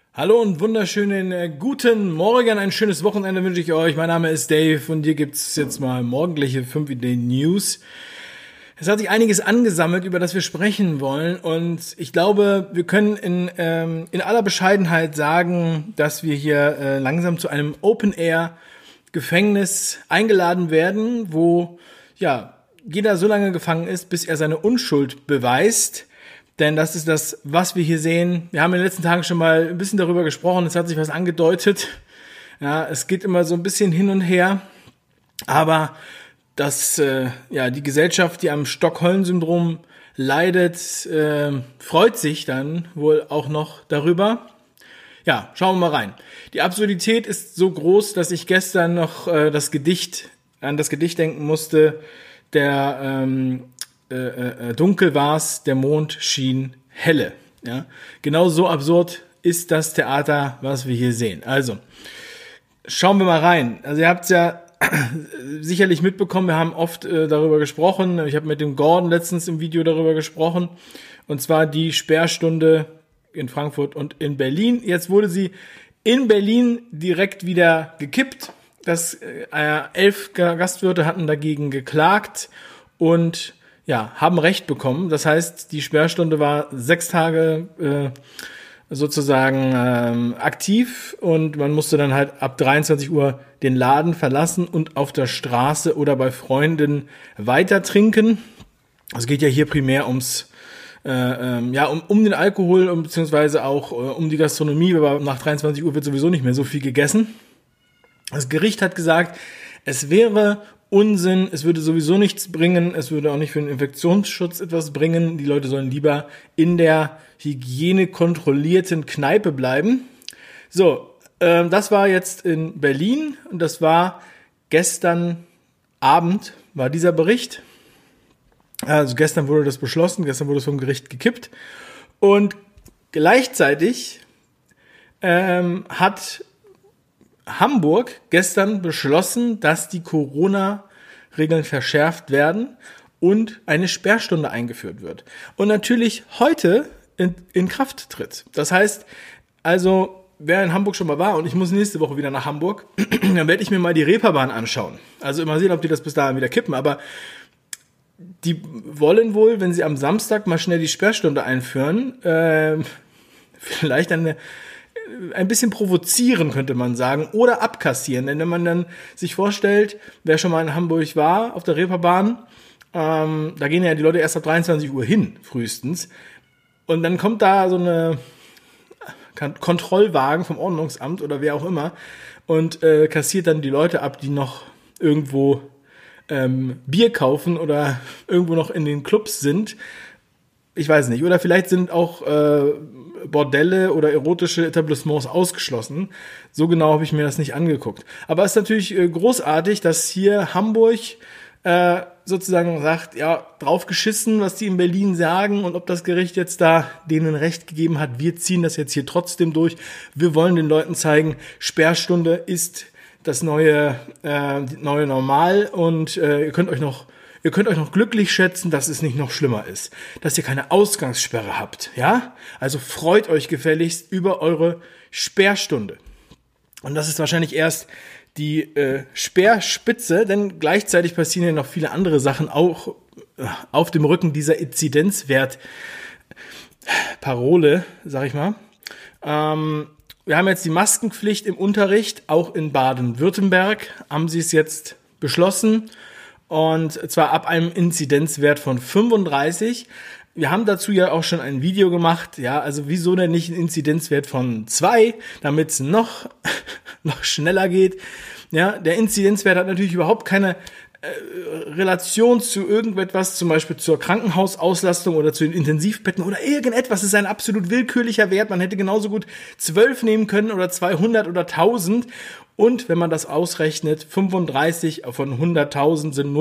Hallo und wunderschönen guten Morgen, ein schönes Wochenende wünsche ich euch. Mein Name ist Dave und hier gibt's jetzt mal morgendliche 5 Ideen News. Es hat sich einiges angesammelt, über das wir sprechen wollen, und ich glaube, wir können in aller Bescheidenheit sagen, dass wir hier langsam zu einem Open-Air-Gefängnis eingeladen werden, wo ja jeder so lange gefangen ist, bis er seine Unschuld beweist. Denn das ist das, was wir hier sehen. Wir haben in den letzten Tagen schon mal ein bisschen darüber gesprochen. Es hat sich was angedeutet. Ja, es geht immer so ein bisschen hin und her. Aber dass die Gesellschaft, die am Stockholm-Syndrom leidet, freut sich dann wohl auch noch darüber. Ja, schauen wir mal rein. Die Absurdität ist so groß, dass ich gestern noch an das Gedicht denken musste. Dunkel war's, der Mond schien helle. Ja, genau so absurd ist das Theater, was wir hier sehen. Also, schauen wir mal rein. Also, ihr habt es ja sicherlich mitbekommen, wir haben oft darüber gesprochen. Ich habe mit dem Gordon letztens im Video darüber gesprochen. Und zwar die Sperrstunde in Frankfurt und in Berlin. Jetzt wurde sie in Berlin direkt wieder gekippt. 11 Gastwirte hatten dagegen geklagt und haben Recht bekommen. Das heißt, die Sperrstunde war 6 Tage aktiv und man musste dann halt ab 23 Uhr den Laden verlassen und auf der Straße oder bei Freunden weiter trinken. Es geht ja hier primär um den Alkohol und beziehungsweise auch um die Gastronomie, aber nach 23 Uhr wird sowieso nicht mehr so viel gegessen. Das Gericht hat gesagt, es wäre Unsinn, es würde sowieso nichts bringen, es würde auch nicht für den Infektionsschutz etwas bringen. Die Leute sollen lieber in der hygienekontrollierten Kneipe bleiben. So, das war jetzt in Berlin und das war gestern Abend, war dieser Bericht. Also gestern wurde das beschlossen, gestern wurde es vom Gericht gekippt und gleichzeitig hat Hamburg gestern beschlossen, dass die Corona-Regeln verschärft werden und eine Sperrstunde eingeführt wird. Und natürlich heute in Kraft tritt. Das heißt, also, wer in Hamburg schon mal war, und ich muss nächste Woche wieder nach Hamburg, dann werde ich mir mal die Reeperbahn anschauen. Also mal sehen, ob die das bis dahin wieder kippen. Aber die wollen wohl, wenn sie am Samstag mal schnell die Sperrstunde einführen, vielleicht ein bisschen provozieren, könnte man sagen, oder abkassieren. Denn wenn man dann sich vorstellt, wer schon mal in Hamburg war, auf der Reeperbahn, da gehen ja die Leute erst ab 23 Uhr hin, frühestens. Und dann kommt da so eine Kontrollwagen vom Ordnungsamt oder wer auch immer und kassiert dann die Leute ab, die noch irgendwo Bier kaufen oder irgendwo noch in den Clubs sind. Ich weiß nicht. Oder vielleicht sind auch Bordelle oder erotische Etablissements ausgeschlossen. So genau habe ich mir das nicht angeguckt. Aber es ist natürlich großartig, dass hier Hamburg sozusagen sagt, ja, drauf geschissen, was die in Berlin sagen und ob das Gericht jetzt da denen Recht gegeben hat. Wir ziehen das jetzt hier trotzdem durch. Wir wollen den Leuten zeigen, Sperrstunde ist das neue Normal und ihr könnt euch noch glücklich schätzen, dass es nicht noch schlimmer ist, dass ihr keine Ausgangssperre habt, ja? Also freut euch gefälligst über eure Sperrstunde. Und das ist wahrscheinlich erst die Speerspitze, denn gleichzeitig passieren ja noch viele andere Sachen auch auf dem Rücken dieser Inzidenzwert-Parole, sag ich mal. Wir haben jetzt die Maskenpflicht im Unterricht, auch in Baden-Württemberg haben sie es jetzt beschlossen. Und zwar ab einem Inzidenzwert von 35. Wir haben dazu ja auch schon ein Video gemacht. Ja, also wieso denn nicht ein Inzidenzwert von 2, damit es noch schneller geht. Ja, der Inzidenzwert hat natürlich überhaupt keine Relation zu irgendetwas, zum Beispiel zur Krankenhausauslastung oder zu den Intensivbetten oder irgendetwas. Es ist ein absolut willkürlicher Wert. Man hätte genauso gut 12 nehmen können oder 200 oder 1000. Und wenn man das ausrechnet, 35 von 100.000 sind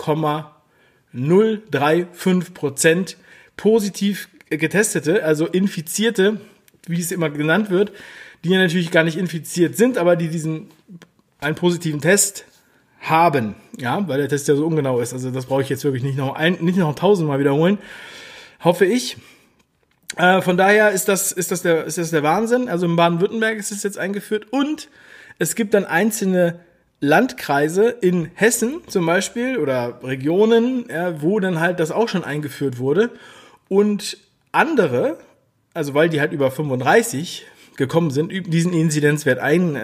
0,035% positiv Getestete, also Infizierte, wie es immer genannt wird, die ja natürlich gar nicht infiziert sind, aber die einen positiven Test haben, ja, weil der Test ja so ungenau ist. Also das brauche ich jetzt wirklich nicht noch 1000 Mal wiederholen, hoffe ich. Von daher ist das der Wahnsinn. Also in Baden-Württemberg ist es jetzt eingeführt und es gibt dann einzelne Landkreise in Hessen zum Beispiel oder Regionen, ja, wo dann halt das auch schon eingeführt wurde und andere, also weil die halt über 35 gekommen sind, diesen Inzidenzwert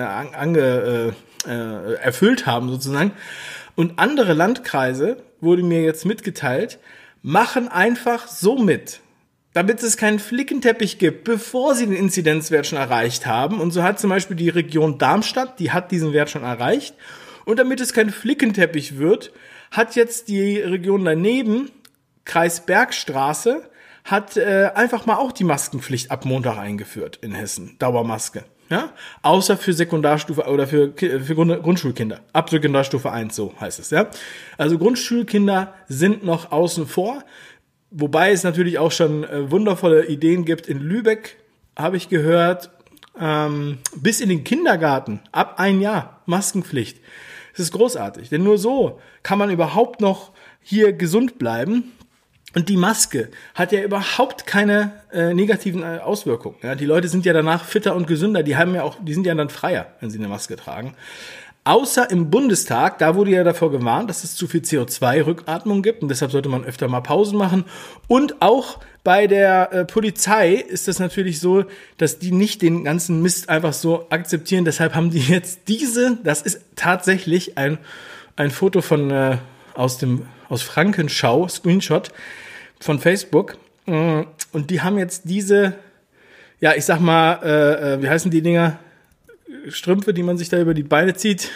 erfüllt haben sozusagen und andere Landkreise, wurde mir jetzt mitgeteilt, machen einfach so mit, damit es keinen Flickenteppich gibt, bevor sie den Inzidenzwert schon erreicht haben. Und so hat zum Beispiel die Region Darmstadt, die hat diesen Wert schon erreicht. Und damit es kein Flickenteppich wird, hat jetzt die Region daneben, Kreis Bergstraße, hat einfach mal auch die Maskenpflicht ab Montag eingeführt in Hessen. Dauermaske. Ja? Außer für Sekundarstufe oder für Grundschulkinder. Ab Sekundarstufe 1, so heißt es. Ja? Also Grundschulkinder sind noch außen vor. Wobei es natürlich auch schon wundervolle Ideen gibt. In Lübeck habe ich gehört, bis in den Kindergarten, ab 1 Jahr, Maskenpflicht. Das ist großartig, denn nur so kann man überhaupt noch hier gesund bleiben. Und die Maske hat ja überhaupt keine negativen Auswirkungen. Ja, die Leute sind ja danach fitter und gesünder. Die sind ja dann freier, wenn sie eine Maske tragen. Außer im Bundestag, da wurde ja davor gewarnt, dass es zu viel CO2-Rückatmung gibt und deshalb sollte man öfter mal Pausen machen. Und auch bei der Polizei ist es natürlich so, dass die nicht den ganzen Mist einfach so akzeptieren. Deshalb haben die jetzt das ist tatsächlich ein Foto von aus Frankenschau, Screenshot von Facebook. Und die haben jetzt diese, ja, ich sag mal, wie heißen die Dinger? Strümpfe, die man sich da über die Beine zieht.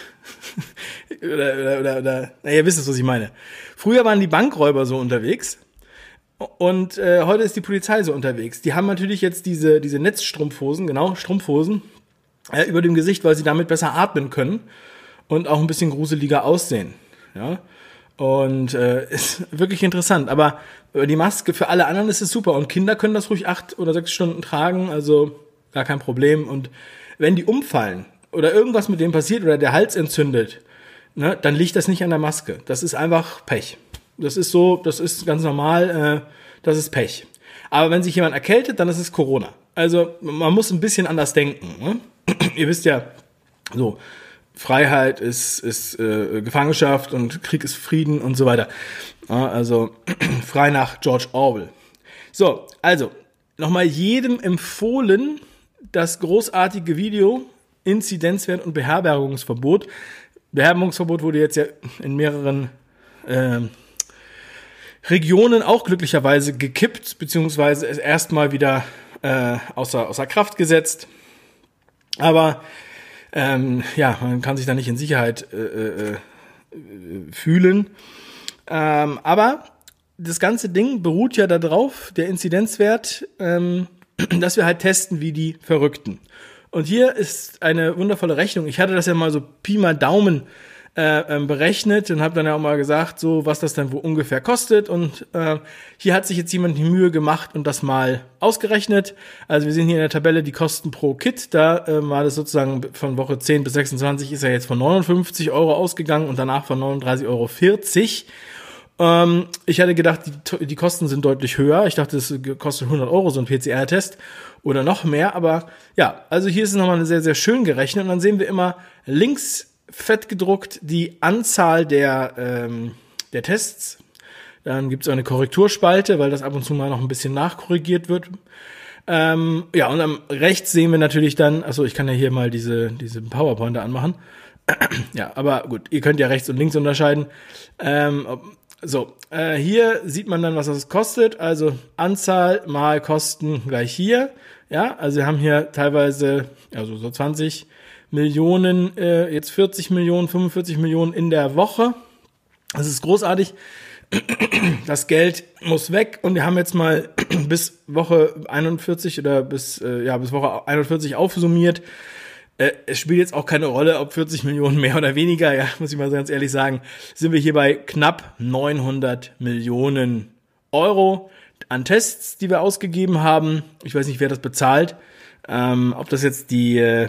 oder ihr wisst es, was ich meine. Früher waren die Bankräuber so unterwegs und heute ist die Polizei so unterwegs. Die haben natürlich jetzt diese Netzstrumpfhosen, genau, Strumpfhosen, über dem Gesicht, weil sie damit besser atmen können und auch ein bisschen gruseliger aussehen. Ja. Und ist wirklich interessant. Aber die Maske für alle anderen ist es super. Und Kinder können das ruhig 8 oder 6 Stunden tragen, also gar kein Problem. Und wenn die umfallen oder irgendwas mit denen passiert oder der Hals entzündet, ne, dann liegt das nicht an der Maske. Das ist einfach Pech. Das ist so, das ist ganz normal, das ist Pech. Aber wenn sich jemand erkältet, dann ist es Corona. Also man muss ein bisschen anders denken. Ne? Ihr wisst ja, so Freiheit ist Gefangenschaft und Krieg ist Frieden und so weiter. Ja, also frei nach George Orwell. So, also nochmal jedem empfohlen, das großartige Video Inzidenzwert und Beherbergungsverbot. Beherbergungsverbot wurde jetzt ja in mehreren Regionen auch glücklicherweise gekippt, beziehungsweise ist erstmal wieder außer Kraft gesetzt. Aber man kann sich da nicht in Sicherheit fühlen. Aber das ganze Ding beruht ja darauf, der Inzidenzwert, dass wir halt testen wie die Verrückten. Und hier ist eine wundervolle Rechnung. Ich hatte das ja mal so Pi mal Daumen berechnet und habe dann ja auch mal gesagt, so was das dann wohl ungefähr kostet. Und hier hat sich jetzt jemand die Mühe gemacht und das mal ausgerechnet. Also wir sehen hier in der Tabelle die Kosten pro Kit. Da war das sozusagen von Woche 10 bis 26 ist er jetzt von 59 Euro ausgegangen und danach von 39,40 Euro. Ich hatte gedacht, die Kosten sind deutlich höher. Ich dachte, es kostet 100 Euro so ein PCR-Test oder noch mehr. Aber ja, also hier ist es nochmal sehr, sehr schön gerechnet. Und dann sehen wir immer links fett gedruckt die Anzahl der Tests. Dann gibt es eine Korrekturspalte, weil das ab und zu mal noch ein bisschen nachkorrigiert wird. Und am rechts sehen wir natürlich dann, achso, ich kann ja hier mal diese PowerPointer anmachen. Ja, aber gut, ihr könnt ja rechts und links unterscheiden. Hier sieht man dann, was das kostet. Also Anzahl mal Kosten gleich hier. Ja, also wir haben hier teilweise, also so 20 Millionen, jetzt 40 Millionen, 45 Millionen in der Woche. Das ist großartig. Das Geld muss weg und wir haben jetzt mal bis Woche 41 oder bis Woche 41 aufsummiert. Es spielt jetzt auch keine Rolle, ob 40 Millionen mehr oder weniger, ja, muss ich mal ganz ehrlich sagen, sind wir hier bei knapp 900 Millionen Euro an Tests, die wir ausgegeben haben. Ich weiß nicht, wer das bezahlt. Ob das jetzt die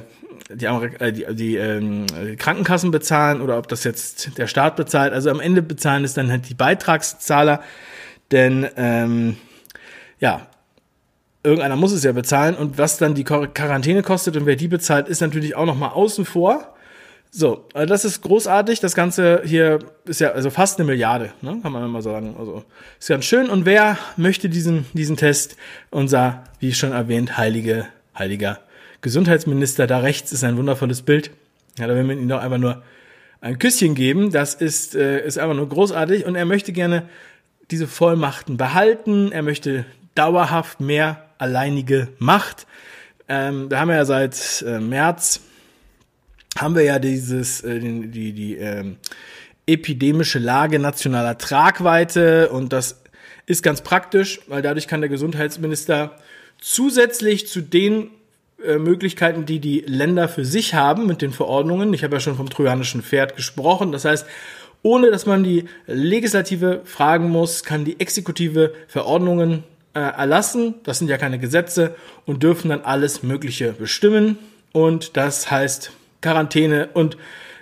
Krankenkassen bezahlen oder ob das jetzt der Staat bezahlt. Also am Ende bezahlen es dann halt die Beitragszahler, denn irgendeiner muss es ja bezahlen und was dann die Quarantäne kostet und wer die bezahlt, ist natürlich auch nochmal außen vor. So, also das ist großartig. Das Ganze hier ist ja also fast 1 Milliarde, ne? Kann man mal sagen. Also ist ganz schön. Und wer möchte diesen Test? Unser, wie schon erwähnt, heiliger Gesundheitsminister. Da rechts ist ein wundervolles Bild. Ja, da will man ihm doch einfach nur ein Küsschen geben. Das ist einfach nur großartig. Und er möchte gerne diese Vollmachten behalten. Er möchte dauerhaft mehr alleinige Macht. Da haben wir ja seit März haben wir ja die epidemische Lage nationaler Tragweite und das ist ganz praktisch, weil dadurch kann der Gesundheitsminister zusätzlich zu den Möglichkeiten, die die Länder für sich haben mit den Verordnungen, ich habe ja schon vom trojanischen Pferd gesprochen, das heißt, ohne dass man die Legislative fragen muss, kann die Exekutive Verordnungen erlassen, das sind ja keine Gesetze und dürfen dann alles Mögliche bestimmen und das heißt Quarantäne und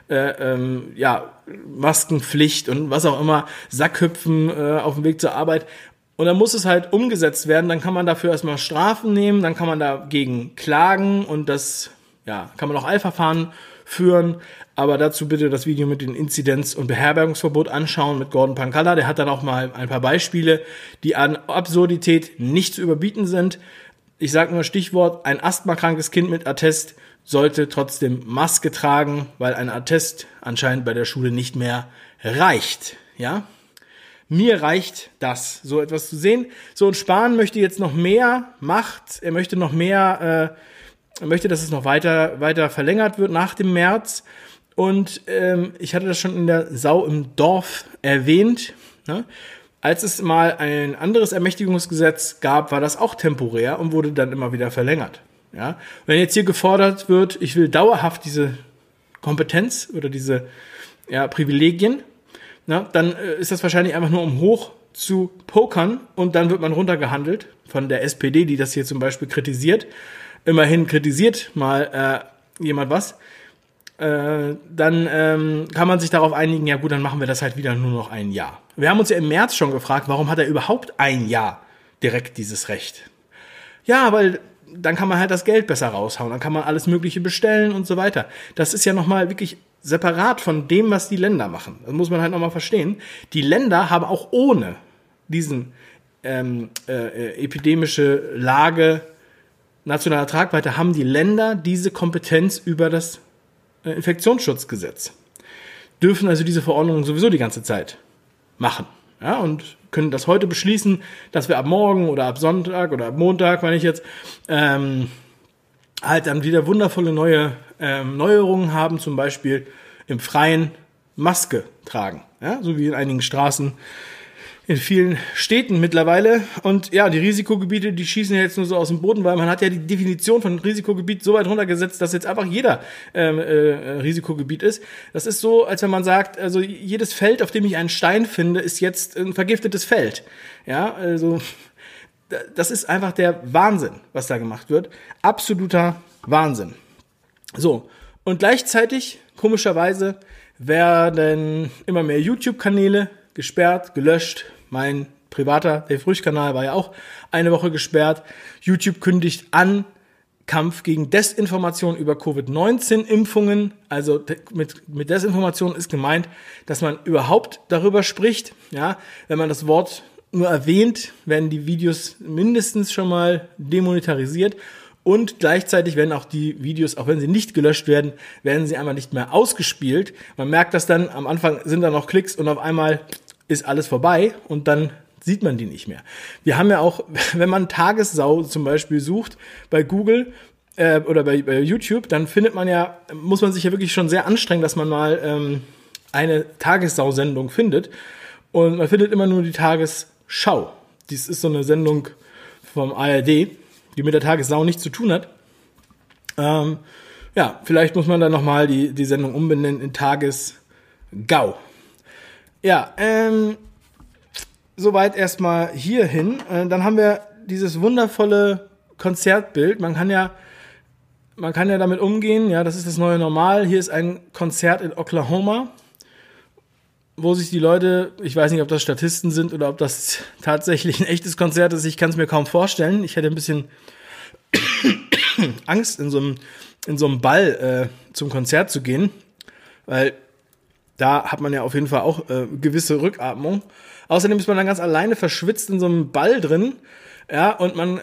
Maskenpflicht und was auch immer, Sackhüpfen auf dem Weg zur Arbeit. Und dann muss es halt umgesetzt werden, dann kann man dafür erstmal Strafen nehmen, dann kann man dagegen klagen und das kann man auch Eilverfahren führen. Aber dazu bitte das Video mit dem Inzidenz- und Beherbergungsverbot anschauen mit Gordon Pankalla. Der hat dann auch mal ein paar Beispiele, die an Absurdität nicht zu überbieten sind. Ich sage nur Stichwort, ein asthmakrankes Kind mit Attest sollte trotzdem Maske tragen, weil ein Attest anscheinend bei der Schule nicht mehr reicht. Ja, mir reicht das, so etwas zu sehen. So, und Spahn möchte jetzt noch mehr Macht. Er möchte noch mehr, er möchte, dass es noch weiter verlängert wird nach dem März. Und ich hatte das schon in der Sau im Dorf erwähnt. Ne? Als es mal ein anderes Ermächtigungsgesetz gab, war das auch temporär und wurde dann immer wieder verlängert. Ja, wenn jetzt hier gefordert wird, ich will dauerhaft diese Kompetenz oder diese Privilegien, dann ist das wahrscheinlich einfach nur um hoch zu pokern und dann wird man runtergehandelt von der SPD, die das hier zum Beispiel kritisiert. Immerhin kritisiert mal jemand was. Dann kann man sich darauf einigen, ja gut, dann machen wir das halt wieder nur noch ein Jahr. Wir haben uns ja im März schon gefragt, warum hat er überhaupt ein Jahr direkt dieses Recht? Ja, weil dann kann man halt das Geld besser raushauen, dann kann man alles Mögliche bestellen und so weiter. Das ist ja nochmal wirklich separat von dem, was die Länder machen. Das muss man halt nochmal verstehen. Die Länder haben auch ohne diesen epidemische Lage nationaler Tragweite, haben die Länder diese Kompetenz über das Infektionsschutzgesetz. Dürfen also diese Verordnungen sowieso die ganze Zeit machen. Ja, und können das heute beschließen, dass wir ab morgen oder ab Sonntag oder ab Montag, meine ich jetzt, halt dann wieder wundervolle neue Neuerungen haben, zum Beispiel im Freien Maske tragen. Ja, so wie in einigen Straßen in vielen Städten mittlerweile. Und ja, die Risikogebiete, die schießen ja jetzt nur so aus dem Boden, weil man hat ja die Definition von Risikogebiet so weit runtergesetzt, dass jetzt einfach jeder Risikogebiet ist. Das ist so, als wenn man sagt, also jedes Feld, auf dem ich einen Stein finde, ist jetzt ein vergiftetes Feld. Ja, also das ist einfach der Wahnsinn, was da gemacht wird. Absoluter Wahnsinn. So, und gleichzeitig, komischerweise, werden immer mehr YouTube-Kanäle gesperrt, gelöscht. Mein privater Dave Rüsch-Kanal war ja auch eine Woche gesperrt. YouTube kündigt an Kampf gegen Desinformation über Covid-19-Impfungen. Also mit Desinformation ist gemeint, dass man überhaupt darüber spricht. Ja, wenn man das Wort nur erwähnt, werden die Videos mindestens schon mal demonetarisiert. Und gleichzeitig werden auch die Videos, auch wenn sie nicht gelöscht werden, werden sie einfach nicht mehr ausgespielt. Man merkt das dann, am Anfang sind da noch Klicks und auf einmal ist alles vorbei und dann sieht man die nicht mehr. Wir haben ja auch, wenn man Tagessau zum Beispiel sucht bei Google oder bei YouTube, dann muss man sich ja wirklich schon sehr anstrengen, dass man mal eine Tagessau-Sendung findet. Und man findet immer nur die Tagesschau. Dies ist so eine Sendung vom ARD, die mit der Tagessau nichts zu tun hat. Vielleicht muss man dann nochmal die Sendung umbenennen in Tagesgau. Ja, soweit erstmal hierhin. Dann haben wir dieses wundervolle Konzertbild. Man kann ja damit umgehen. Ja, das ist das neue Normal. Hier ist ein Konzert in Oklahoma. wo sich die Leute, ich weiß nicht, ob das Statisten sind oder ob das tatsächlich ein echtes Konzert ist, ich kann es mir kaum vorstellen. Ich hätte ein bisschen Angst, in so einem Ball zum Konzert zu gehen, weil da hat man ja auf jeden Fall auch gewisse Rückatmung. Außerdem ist man dann ganz alleine verschwitzt in so einem Ball drin, ja, und man,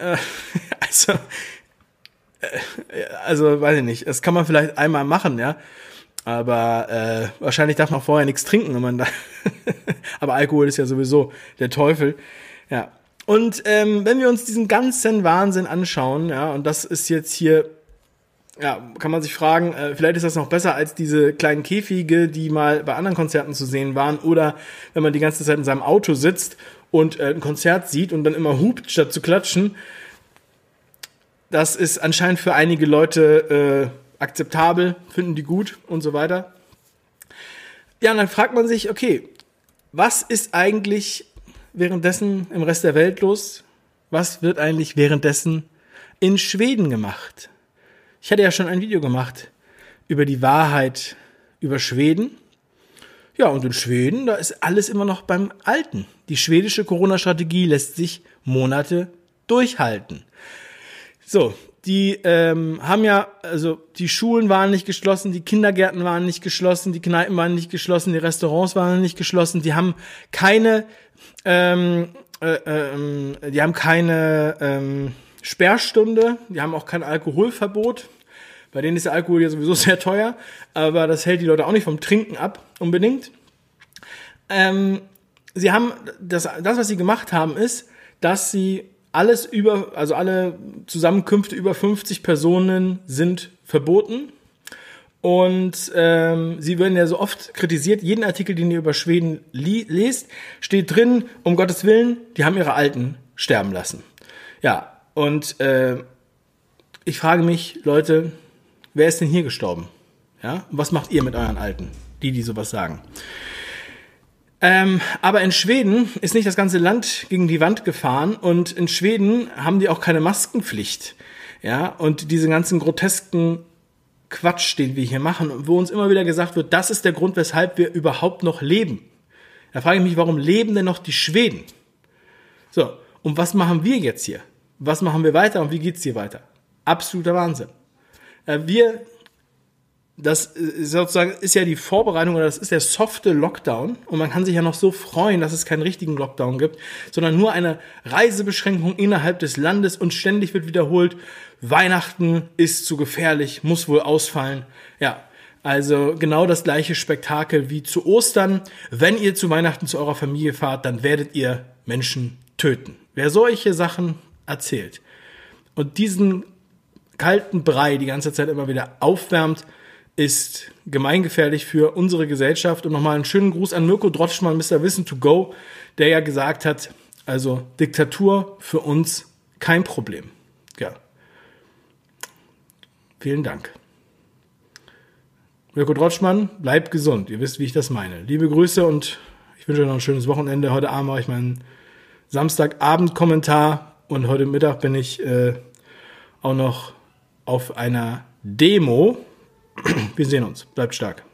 also weiß ich nicht, das kann man vielleicht einmal machen, ja, aber wahrscheinlich darf man vorher nichts trinken, wenn man da aber Alkohol ist ja sowieso der Teufel, ja. Und wenn wir uns diesen ganzen Wahnsinn anschauen, ja, und das ist jetzt hier, ja, kann man sich fragen, vielleicht ist das noch besser als diese kleinen Käfige, die mal bei anderen Konzerten zu sehen waren, oder wenn man die ganze Zeit in seinem Auto sitzt und ein Konzert sieht und dann immer hupt, statt zu klatschen. Das ist anscheinend für einige Leute akzeptabel, finden die gut und so weiter. Ja, und dann fragt man sich, okay, was ist eigentlich währenddessen im Rest der Welt los? Was wird eigentlich währenddessen in Schweden gemacht? Ich hatte ja schon ein Video gemacht über die Wahrheit über Schweden. Ja, und in Schweden, da ist alles immer noch beim Alten. Die schwedische Corona-Strategie lässt sich Monate durchhalten. So, die haben ja, also die Schulen waren nicht geschlossen, die Kindergärten waren nicht geschlossen, die Kneipen waren nicht geschlossen, die Restaurants waren nicht geschlossen, die haben keine Sperrstunde, die haben auch kein Alkoholverbot. Bei denen ist der Alkohol ja sowieso sehr teuer, aber das hält die Leute auch nicht vom Trinken ab, unbedingt. Sie haben, das, was sie gemacht haben, ist, dass sie alle Zusammenkünfte über 50 Personen sind verboten. Und sie werden ja so oft kritisiert, jeden Artikel, den ihr über Schweden lest, steht drin, um Gottes Willen, die haben ihre Alten sterben lassen. Ja, und ich frage mich, Leute, wer ist denn hier gestorben? Ja, und was macht ihr mit euren Alten, die sowas sagen? Aber in Schweden ist nicht das ganze Land gegen die Wand gefahren und in Schweden haben die auch keine Maskenpflicht. Ja, und diese ganzen grotesken Quatsch, den wir hier machen, wo uns immer wieder gesagt wird, das ist der Grund, weshalb wir überhaupt noch leben. Da frage ich mich, warum leben denn noch die Schweden? So, und was machen wir jetzt hier? Was machen wir weiter und wie geht's hier weiter? Absoluter Wahnsinn. Das ist sozusagen ist ja die Vorbereitung oder das ist der softe Lockdown und man kann sich ja noch so freuen, dass es keinen richtigen Lockdown gibt, sondern nur eine Reisebeschränkung innerhalb des Landes und ständig wird wiederholt, Weihnachten ist zu gefährlich, muss wohl ausfallen. Ja, also genau das gleiche Spektakel wie zu Ostern. Wenn ihr zu Weihnachten zu eurer Familie fahrt, dann werdet ihr Menschen töten. Wer solche Sachen erzählt und diesen kalten Brei die ganze Zeit immer wieder aufwärmt, ist gemeingefährlich für unsere Gesellschaft. Und nochmal einen schönen Gruß an Mirko Drotschmann, Mr. Wissen to Go, der ja gesagt hat, also Diktatur für uns kein Problem. Ja. Vielen Dank. Mirko Drotschmann, bleibt gesund. Ihr wisst, wie ich das meine. Liebe Grüße und ich wünsche euch noch ein schönes Wochenende. Heute Abend mache ich meinen Samstagabend-Kommentar und heute Mittag bin ich auch noch auf einer Demo. Wir sehen uns. Bleibt stark.